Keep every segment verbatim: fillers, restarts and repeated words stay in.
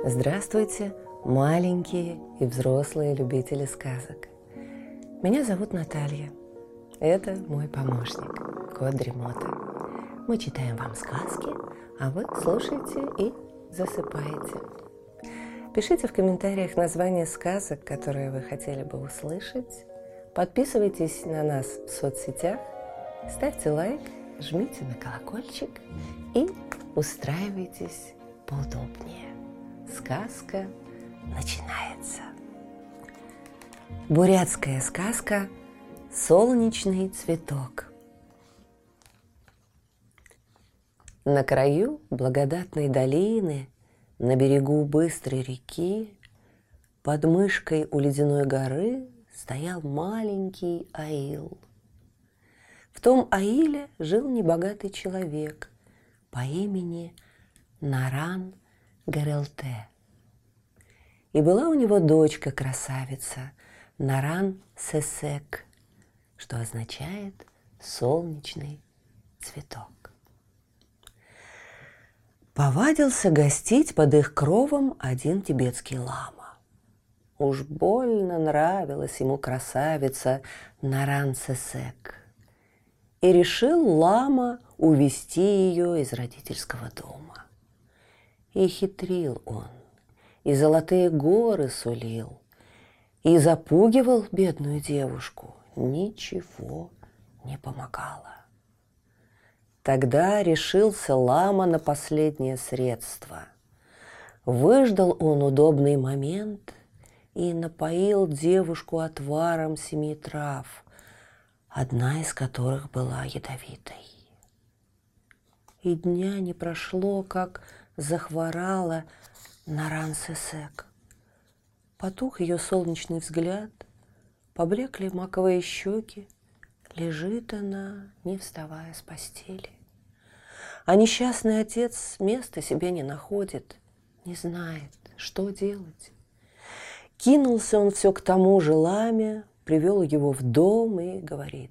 Здравствуйте, маленькие и взрослые любители сказок. Меня зовут Наталья. Это мой помощник, кот Дремота. Мы читаем вам сказки, а вы слушаете и засыпаете. Пишите в комментариях названия сказок, которые вы хотели бы услышать. Подписывайтесь на нас в соцсетях, ставьте лайк, жмите на колокольчик и устраивайтесь поудобнее. Сказка начинается. Бурятская сказка «Солнечный цветок». На краю благодатной долины, на берегу быстрой реки, под мышкой у ледяной горы стоял маленький аил. В том аиле жил небогатый человек по имени Наран Гэрэлтэ. И была у него дочка-красавица Наран Сэсэк, что означает «солнечный цветок». Повадился гостить под их кровом один тибетский лама. Уж больно нравилась ему красавица Наран Сэсэк. И решил лама увести ее из родительского дома. И хитрил он, и золотые горы сулил, и запугивал бедную девушку. Ничего не помогало. Тогда решился лама на последнее средство. Выждал он удобный момент и напоил девушку отваром семи трав, одна из которых была ядовитой. И дня не прошло, как захворала Наран Сэсэк. Потух ее солнечный взгляд, поблекли маковые щеки, лежит она, не вставая с постели. А несчастный отец места себе не находит, не знает, что делать. Кинулся он все к тому же ламе, привел его в дом и говорит: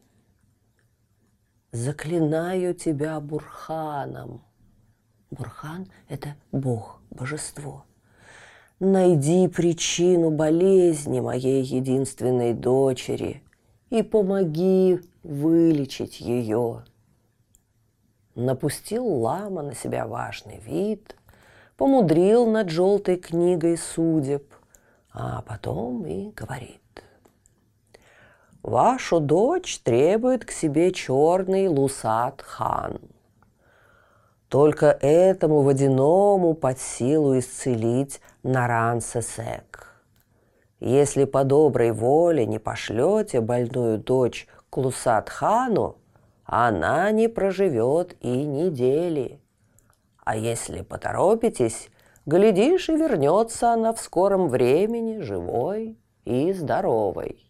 «Заклинаю тебя Бурханом». Бурхан – это Бог, божество. «Найди причину болезни моей единственной дочери и помоги вылечить ее». Напустил лама на себя важный вид, помудрил над желтой книгой судеб, а потом и говорит: «Вашу дочь требует к себе черный Лусат-хан. Только этому водяному под силу исцелить Наран Сэсэк. Если по доброй воле не пошлете больную дочь к Лусат-хану, она не проживет и недели. А если поторопитесь, глядишь, и вернется она в скором времени живой и здоровой».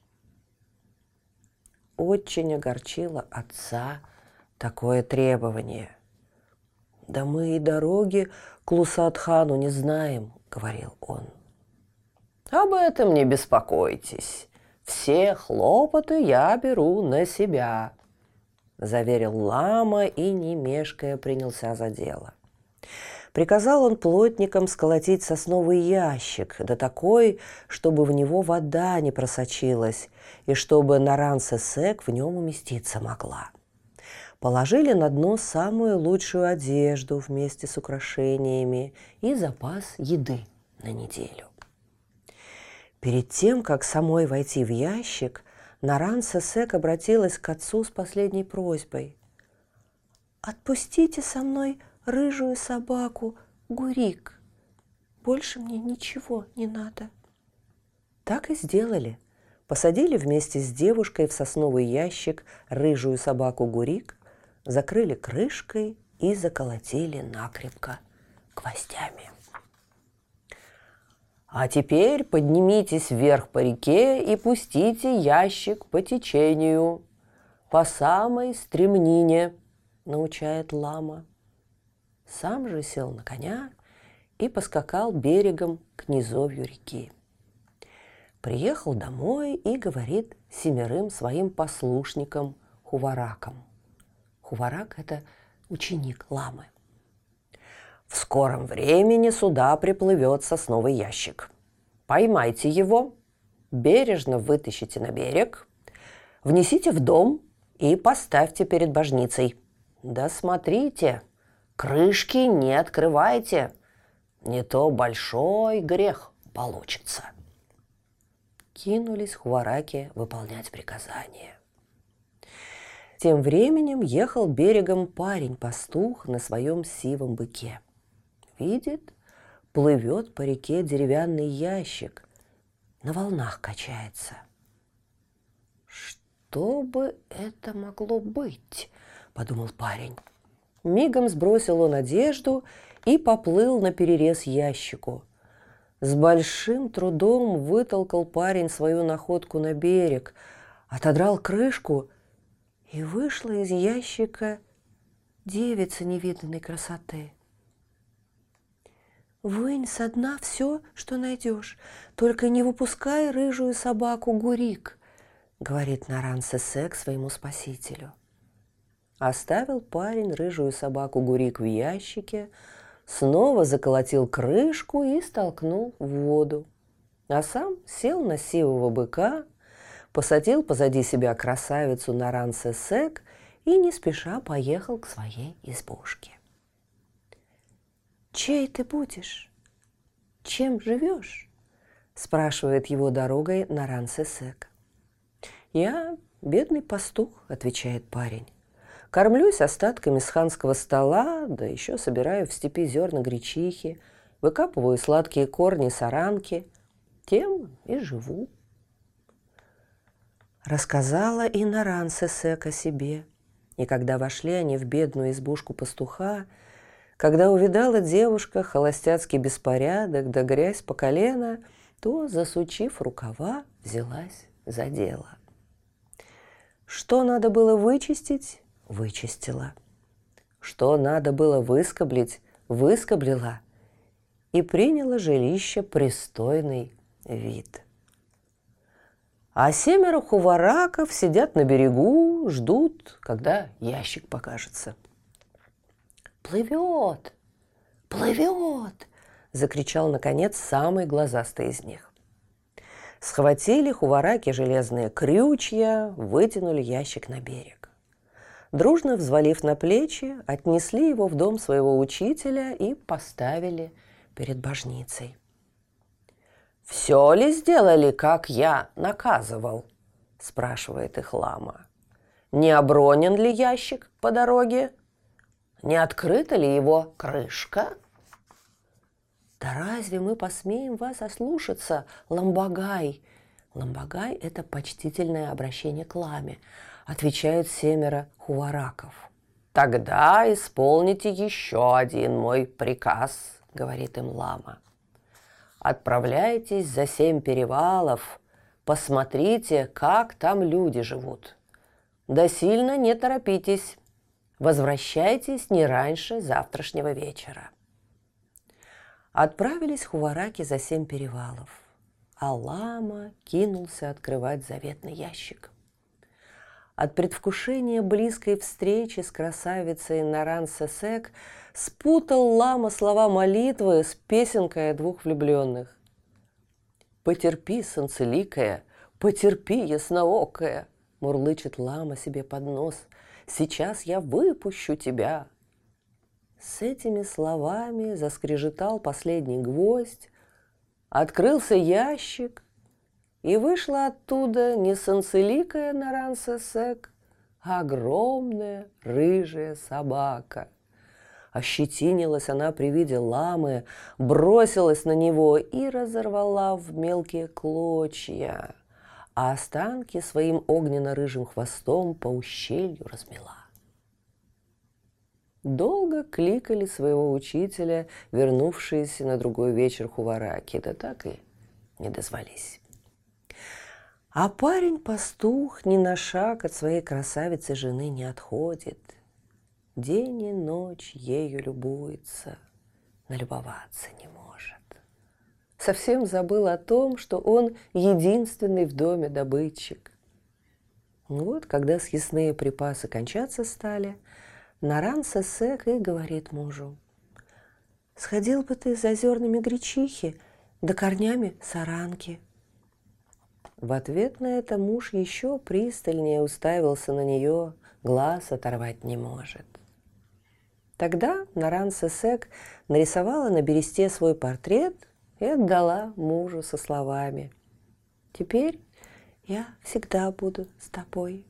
Очень огорчило отца такое требование. «Да мы и дороги к Лусат-хану не знаем», — говорил он. «Об этом не беспокойтесь. Все хлопоты я беру на себя», — заверил лама и, не мешкая, принялся за дело. Приказал он плотникам сколотить сосновый ящик, да такой, чтобы в него вода не просочилась, и чтобы Наран Сэсэк в нем уместиться могла. Положили на дно самую лучшую одежду вместе с украшениями и запас еды на неделю. Перед тем, как самой войти в ящик, Наран Сэсэк обратилась к отцу с последней просьбой: «Отпустите со мной рыжую собаку Гурик. Больше мне ничего не надо». Так и сделали. Посадили вместе с девушкой в сосновый ящик рыжую собаку Гурик, закрыли крышкой и заколотили накрепко гвоздями. «А теперь поднимитесь вверх по реке и пустите ящик по течению, по самой стремнине», — научает лама. Сам же сел на коня и поскакал берегом к низовью реки. Приехал домой и говорит семерым своим послушникам Хуваракам. Хуварак – это ученик ламы. В скором времени сюда приплывет сосновый ящик. Поймайте его, бережно вытащите на берег, внесите в дом и поставьте перед божницей. Да смотрите, крышки не открывайте, не то большой грех получится. Кинулись хвораки выполнять приказания. Тем временем ехал берегом парень-пастух на своем сивом быке. Видит, плывет по реке деревянный ящик, на волнах качается. «Что бы это могло быть?» – подумал парень. Мигом сбросил он одежду и поплыл наперерез ящику. С большим трудом вытолкал парень свою находку на берег, отодрал крышку, и вышла из ящика девица невиданной красоты. «Вынь со дна все, что найдешь, только не выпускай рыжую собаку Гурик», — говорит Наран-Сесек своему спасителю. Оставил парень рыжую собаку Гурик в ящике, снова заколотил крышку и столкнул в воду. А сам сел на сивого быка, посадил позади себя красавицу Наран-Сесек и не спеша поехал к своей избушке. «Чей ты будешь? Чем живешь?» – спрашивает его дорогой Наран-Сесек. «Я бедный пастух», – отвечает парень. «Кормлюсь остатками с ханского стола, да еще собираю в степи зерна гречихи, выкапываю сладкие корни саранки, тем и живу». Рассказала и Наран-Сесек о себе, и когда вошли они в бедную избушку пастуха, когда увидала девушка холостяцкий беспорядок да грязь по колено, то, засучив рукава, взялась за дело. Что надо было вычистить, вычистила. Что надо было выскоблить, выскоблила. И приняла жилище пристойный вид. А семеро хувараков сидят на берегу, ждут, когда ящик покажется. «Плывет! Плывет!» – закричал, наконец, самый глазастый из них. Схватили хувараки железные крючья, вытянули ящик на берег. Дружно взвалив на плечи, отнесли его в дом своего учителя и поставили перед божницей. «Все ли сделали, как я наказывал?» – спрашивает их лама. «Не обронен ли ящик по дороге? Не открыта ли его крышка?» «Да разве мы посмеем вас ослушаться, ламбагай?» Ламбагай – это почтительное обращение к ламе, отвечают семеро хувараков. «Тогда исполните еще один мой приказ», – говорит им лама. «Отправляйтесь за семь перевалов, посмотрите, как там люди живут. Да сильно не торопитесь, возвращайтесь не раньше завтрашнего вечера». Отправились хувараки за семь перевалов, а лама кинулся открывать заветный ящик. От предвкушения близкой встречи с красавицей Наран-Сесек спутал лама слова молитвы с песенкой о двух влюбленных. «Потерпи, солнцеликая, потерпи, ясноокая», мурлычет лама себе под нос, «сейчас я выпущу тебя». С этими словами заскрежетал последний гвоздь, открылся ящик, и вышла оттуда не солнцеликая Наран-Сесек, а огромная рыжая собака. Ощетинилась она при виде ламы, бросилась на него и разорвала в мелкие клочья, а останки своим огненно-рыжим хвостом по ущелью размела. Долго кликали своего учителя, вернувшиеся на другой вечер хувараки, да так и не дозвались. А парень-пастух ни на шаг от своей красавицы жены не отходит. День и ночь ею любуется, налюбоваться не может. Совсем забыл о том, что он единственный в доме добытчик. Вот, когда съестные припасы кончаться стали, Наран-Сесек и говорит мужу: сходил бы ты за зернами гречихи да корнями саранки». В ответ на это муж еще пристальнее уставился на нее, глаз оторвать не может. Тогда Наран-Сесек нарисовала на бересте свой портрет и отдала мужу со словами: «Теперь я всегда буду с тобой».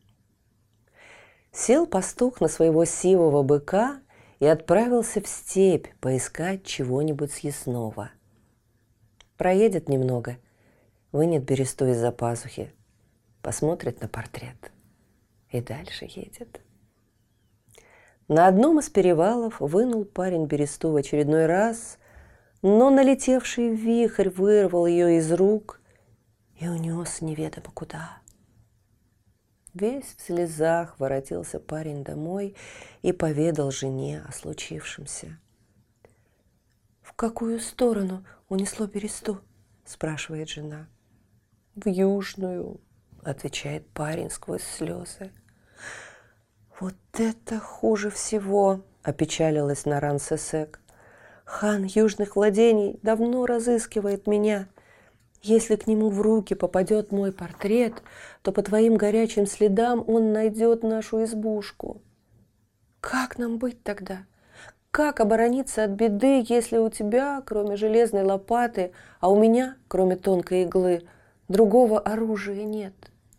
Сел пастух на своего сивого быка и отправился в степь поискать чего-нибудь съестного. Проедет немного, вынет бересту из-за пазухи, посмотрит на портрет и дальше едет. На одном из перевалов вынул парень бересту в очередной раз, но налетевший вихрь вырвал ее из рук и унес неведомо куда. Весь в слезах воротился парень домой и поведал жене о случившемся. «В какую сторону унесло бересту?» – спрашивает жена. «В южную», – отвечает парень сквозь слезы. «Вот это хуже всего!» – опечалилась Наран-Сесек. «Хан южных владений давно разыскивает меня. Если к нему в руки попадет мой портрет, то по твоим горячим следам он найдет нашу избушку. Как нам быть тогда? Как оборониться от беды, если у тебя, кроме железной лопаты, а у меня, кроме тонкой иглы, другого оружия нет?»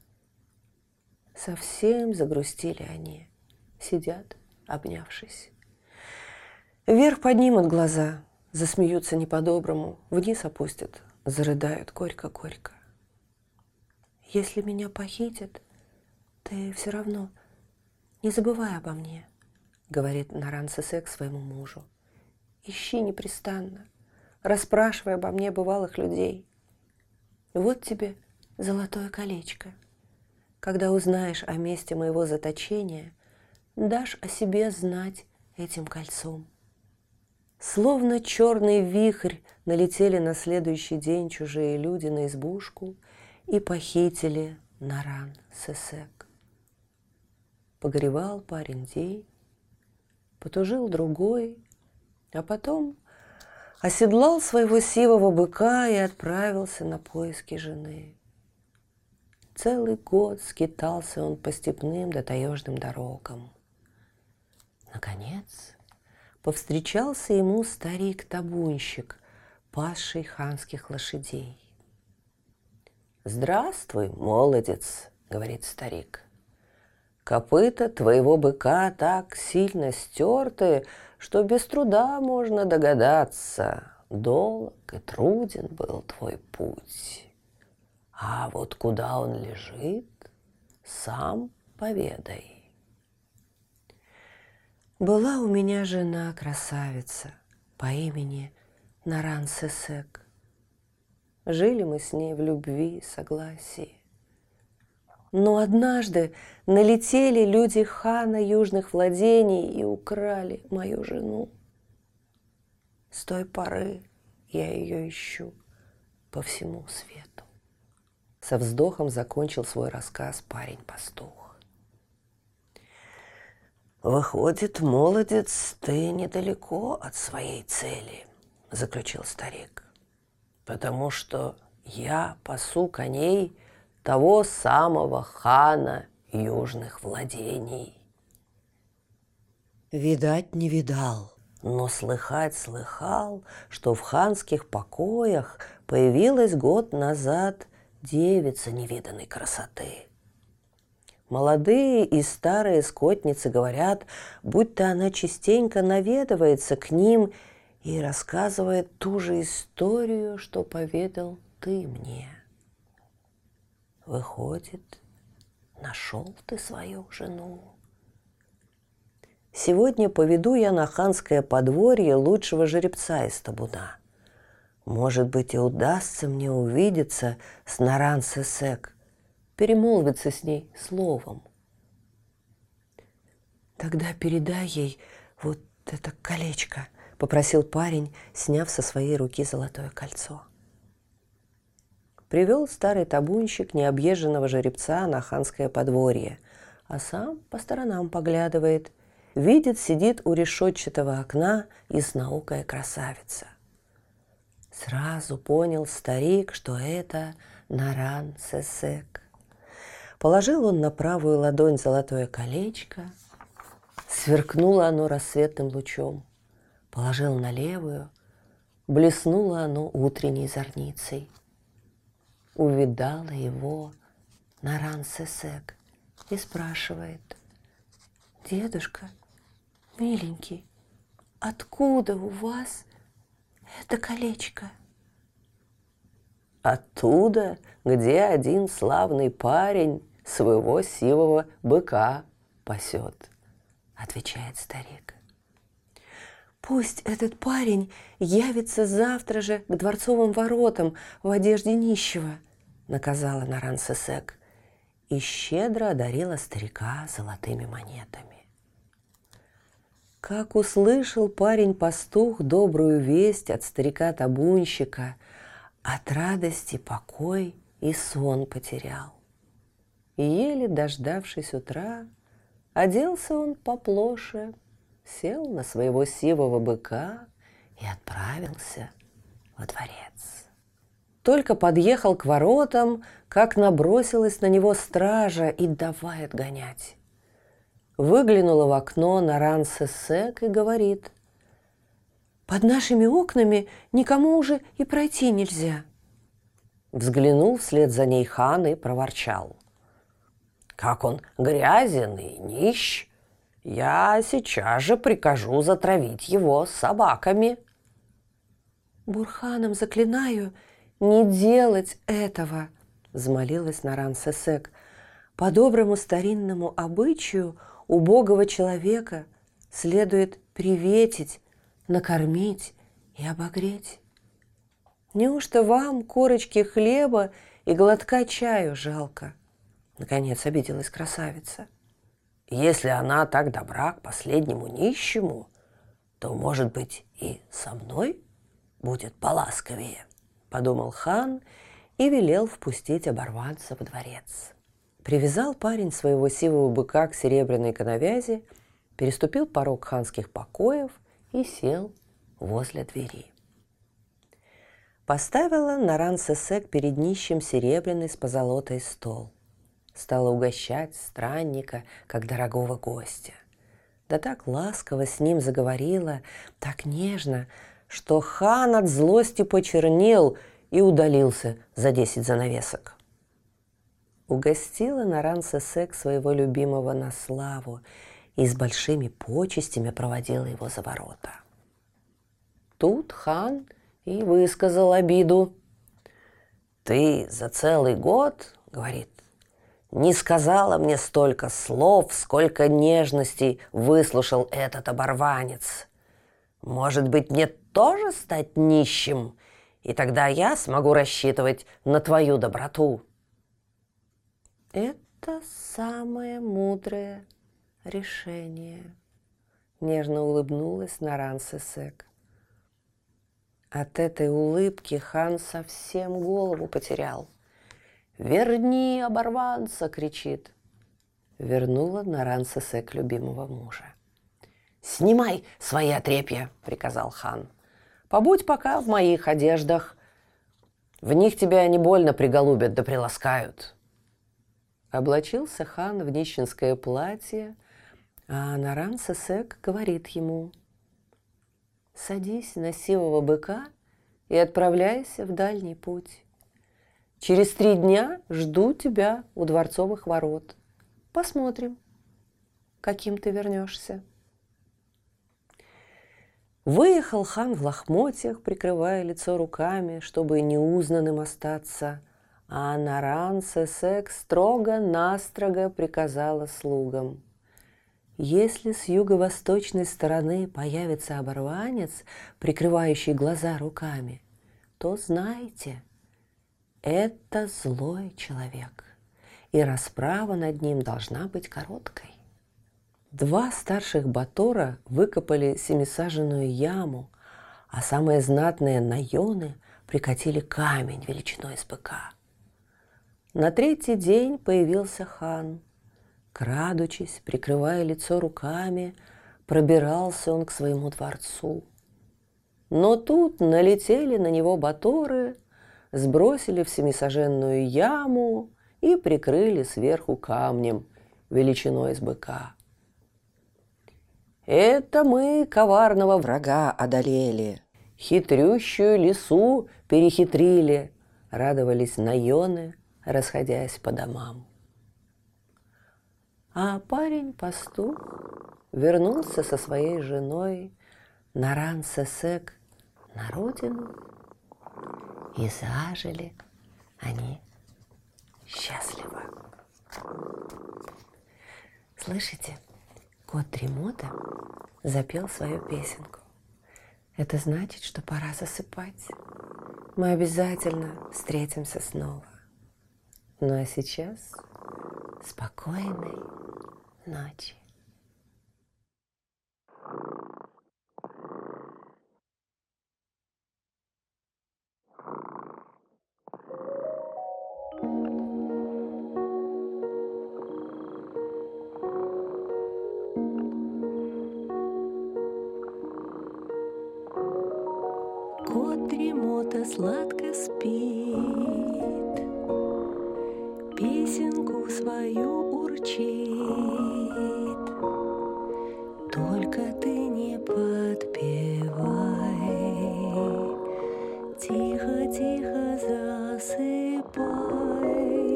Совсем загрустили они, сидят, обнявшись. Вверх поднимут глаза, засмеются не по-доброму, вниз опустят, зарыдают горько-горько. «Если меня похитят, ты все равно не забывай обо мне», — говорит Наран-Сесек своему мужу. «Ищи непрестанно, расспрашивай обо мне бывалых людей. Вот тебе золотое колечко. Когда узнаешь о месте моего заточения, дашь о себе знать этим кольцом». Словно черный вихрь налетели на следующий день чужие люди на избушку и похитили Наран-Сесек. Погоревал парень день, потужил другой, а потом оседлал своего сивого быка и отправился на поиски жены. Целый год скитался он по степным да таежным дорогам. Наконец повстречался ему старик-табунщик, пасший ханских лошадей. «Здравствуй, молодец», — говорит старик. «Копыта твоего быка так сильно стерты, что без труда можно догадаться, долг и труден был твой путь. А вот куда он лежит, сам поведай». Была у меня жена красавица по имени Наран-Сесек. Жили мы с ней в любви и согласии. Но однажды налетели люди хана южных владений и украли мою жену. С той поры я ее ищу по всему свету. Со вздохом закончил свой рассказ парень-пастух. «Выходит, молодец, ты недалеко от своей цели», — заключил старик, «потому что я пасу коней того самого хана южных владений». «Видать, не видал, но слыхать слыхал, что в ханских покоях появилась год назад девица невиданной красоты. Молодые и старые скотницы говорят, будто она частенько наведывается к ним и рассказывает ту же историю, что поведал ты мне. Выходит, нашел ты свою жену. Сегодня поведу я на ханское подворье лучшего жеребца из табуна. Может быть, и удастся мне увидеться с Наран-Сесек, перемолвиться с ней словом. «Тогда передай ей вот это колечко», — попросил парень, сняв со своей руки золотое кольцо. Привел старый табунщик необъезженного жеребца на ханское подворье, а сам по сторонам поглядывает видит, сидит у решетчатого окна ясноокая красавица. Сразу понял старик, что это Наран-Сесек. Положил он на правую ладонь золотое колечко, сверкнуло оно рассветным лучом, положил на левую, блеснуло оно утренней зорницей. Увидала его Наран-Сесек и спрашивает: «Дедушка, миленький, откуда у вас это колечко?» «Оттуда, где один славный парень своего сивого быка пасет», — отвечает старик. «Пусть этот парень явится завтра же к дворцовым воротам в одежде нищего», — наказала Наран-Сесек и щедро одарила старика золотыми монетами. Как услышал парень-пастух добрую весть от старика-табунщика, от радости покой и сон потерял. И еле дождавшись утра, оделся он поплоше, сел на своего сивого быка и отправился во дворец. Только подъехал к воротам, как набросилась на него стража и давай отгонять. Выглянула в окно Наран-Сесек и говорит: «Под нашими окнами никому уже и пройти нельзя». Взглянул вслед за ней хан и проворчал: «Как он грязен и нищ! Я сейчас же прикажу затравить его собаками». «Бурханом заклинаю не делать этого», — взмолилась Наран-Сесек. «По доброму старинному обычаю убогого человека следует приветить, накормить и обогреть. Неужто вам корочки хлеба и глотка чаю жалко?» Наконец обиделась красавица. «Если она так добра к последнему нищему, то, может быть, и со мной будет поласковее», — подумал хан и велел впустить оборванца во дворец. Привязал парень своего сивого быка к серебряной коновязи, переступил порог ханских покоев и сел возле двери. Поставила Наран-Сесек перед нищим серебряный с позолотой стол. Стала угощать странника, как дорогого гостя. Да так ласково с ним заговорила, так нежно, что хан от злости почернел и удалился за десять занавесок. Угостила Наран-Сесек своего любимого на славу и с большими почестями проводила его за ворота. Тут хан и высказал обиду. «Ты за целый год, — говорит, — не сказала мне столько слов, сколько нежностей выслушал этот оборванец. Может быть, мне тоже стать нищим, и тогда я смогу рассчитывать на твою доброту?» «Это самое мудрое решение», — нежно улыбнулась Наран-Сесек. От этой улыбки хан совсем голову потерял. «Верни оборванца!» — кричит. Вернула Наран-Сесек любимого мужа. «Снимай свои отрепья!» — приказал хан. «Побудь пока в моих одеждах. В них тебя не больно приголубят да приласкают». Облачился хан в нищенское платье, а Наран-Сесек говорит ему: «Садись на сивого быка и отправляйся в дальний путь. Через три дня жду тебя у дворцовых ворот. Посмотрим, каким ты вернешься». Выехал хан в лохмотьях, прикрывая лицо руками, чтобы неузнанным остаться, а Наран-Сесек строго-настрого приказала слугам: «Если с юго-восточной стороны появится оборванец, прикрывающий глаза руками, то знайте, это злой человек, и расправа над ним должна быть короткой». Два старших батора выкопали семисаженную яму, а самые знатные наёны прикатили камень величиной с быка. На третий день появился хан. Крадучись, прикрывая лицо руками, Пробирался он к своему дворцу. Но тут налетели на него баторы, сбросили в семисаженную яму и прикрыли сверху камнем величиной с быка. Это мы коварного врага одолели, хитрющую лису перехитрили, радовались наёны, расходясь по домам. А парень-пастух вернулся со своей женой на Ран-Сесек на родину, и зажили они счастливо. Слышите, кот Дремота запел свою песенку. Это значит, что пора засыпать. Мы обязательно встретимся снова. Ну а сейчас спокойной ночи. Кот Дремота сладко спит, песенку свою урчит. Только ты не подпевай, тихо-тихо засыпай,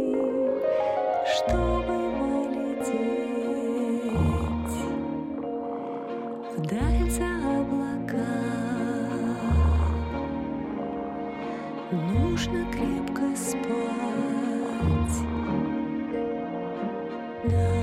чтобы полететь вдаль за облака. Нужно крепко спать.